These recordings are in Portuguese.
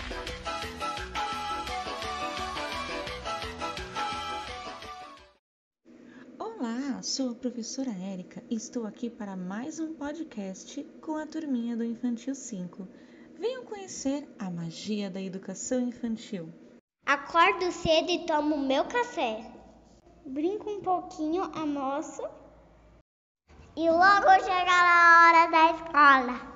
Olá, sou a professora Érica e estou aqui para mais um podcast com a turminha do Infantil 5. Venham conhecer a magia da educação infantil. Acordo cedo e tomo meu café. Brinco um pouquinho, almoço. E logo chega a hora da escola.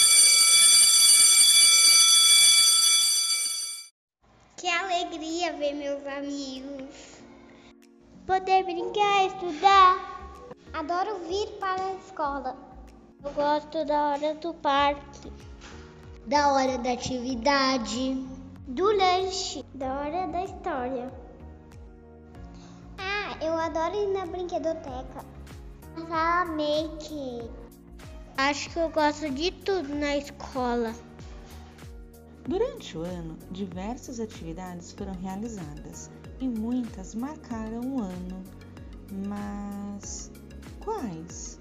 Que alegria ver meus amigos. Poder brincar, estudar. Adoro vir para a escola. Eu gosto da hora do parque. Da hora da atividade. Do lanche. Da hora da história. Eu adoro ir na brinquedoteca. Na sala make. Acho que eu gosto de tudo na escola. Durante o ano, diversas atividades foram realizadas e muitas marcaram o ano. Mas quais?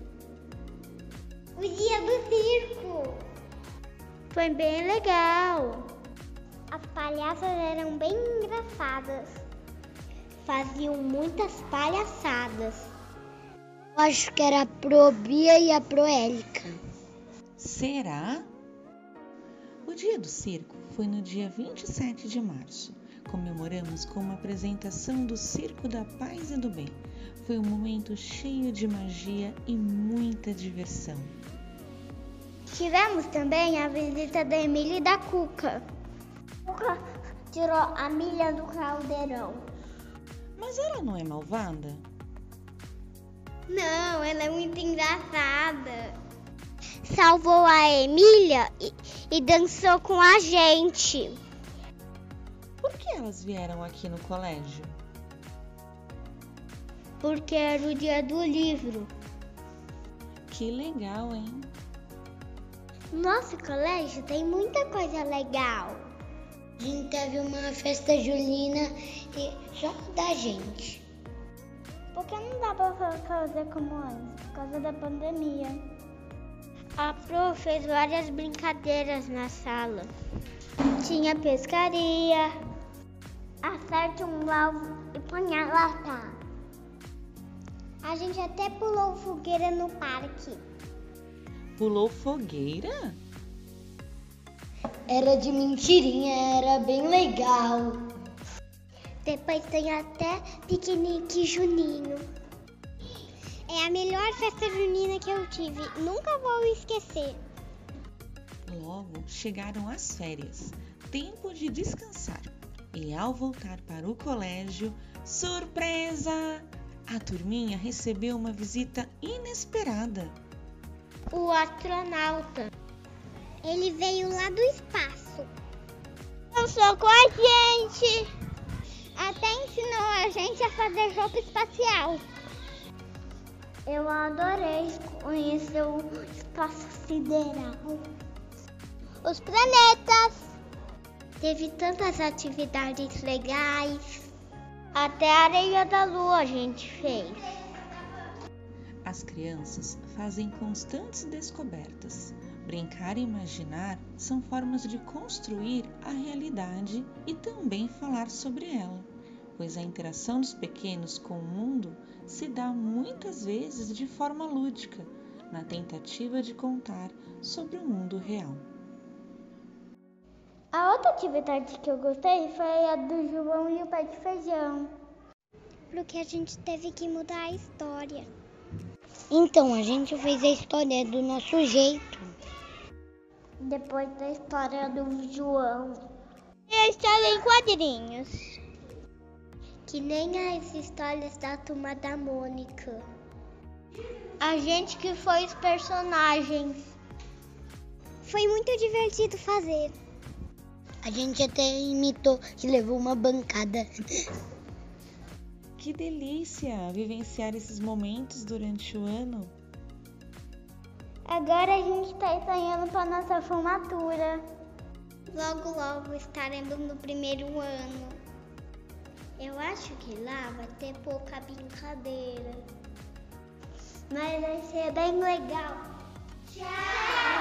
O dia do circo. Foi bem legal. As palhaças eram bem engraçadas. Faziam muitas palhaçadas. Eu acho que era a Pro Bia e a Pro Élica. Será? O dia do circo foi no dia 27 de março. Comemoramos com uma apresentação do Circo da Paz e do Bem. Foi um momento cheio de magia e muita diversão. Tivemos também a visita da Emília e da Cuca. Cuca tirou a milha do caldeirão. Mas ela não é malvada? Não, ela é muito engraçada. Salvou a Emília e dançou com a gente. Por que elas vieram aqui no colégio? Porque era o dia do livro. Que legal, hein? Nosso colégio tem muita coisa legal. A gente teve uma festa julina e só da gente. Por que não dá pra fazer como antes? Por causa da pandemia. A Pro fez várias brincadeiras na sala. Tinha pescaria, acerte um alvo e põe a lata. A gente até pulou fogueira no parque. Pulou fogueira? Era de mentirinha, era bem legal. Depois tem até piquenique juninho. É a melhor festa junina que eu tive. Nunca vou esquecer. Logo chegaram as férias, tempo de descansar. E ao voltar para o colégio, surpresa! A turminha recebeu uma visita inesperada. O astronauta. Ele veio lá do espaço. Dançou com a gente. Até ensinou a gente a fazer roupa espacial. Eu adorei conhecer o espaço sideral. Os planetas. Teve tantas atividades legais. Até a areia da lua a gente fez. As crianças fazem constantes descobertas. Brincar e imaginar são formas de construir a realidade e também falar sobre ela, pois a interação dos pequenos com o mundo se dá muitas vezes de forma lúdica, na tentativa de contar sobre o mundo real. A outra atividade que eu gostei foi a do João e o pé de feijão. Porque a gente teve que mudar a história. Então, a gente fez a história do nosso jeito. Depois da história do João. E a história em quadrinhos. Que nem as histórias da Turma da Mônica. A gente que foi os personagens. Foi muito divertido fazer. A gente até imitou que levou uma bancada. Que delícia vivenciar esses momentos durante o ano. Agora a gente está ensaiando para nossa formatura. Logo, logo estaremos no primeiro ano. Eu acho que lá vai ter pouca brincadeira. Mas vai ser bem legal. Tchau!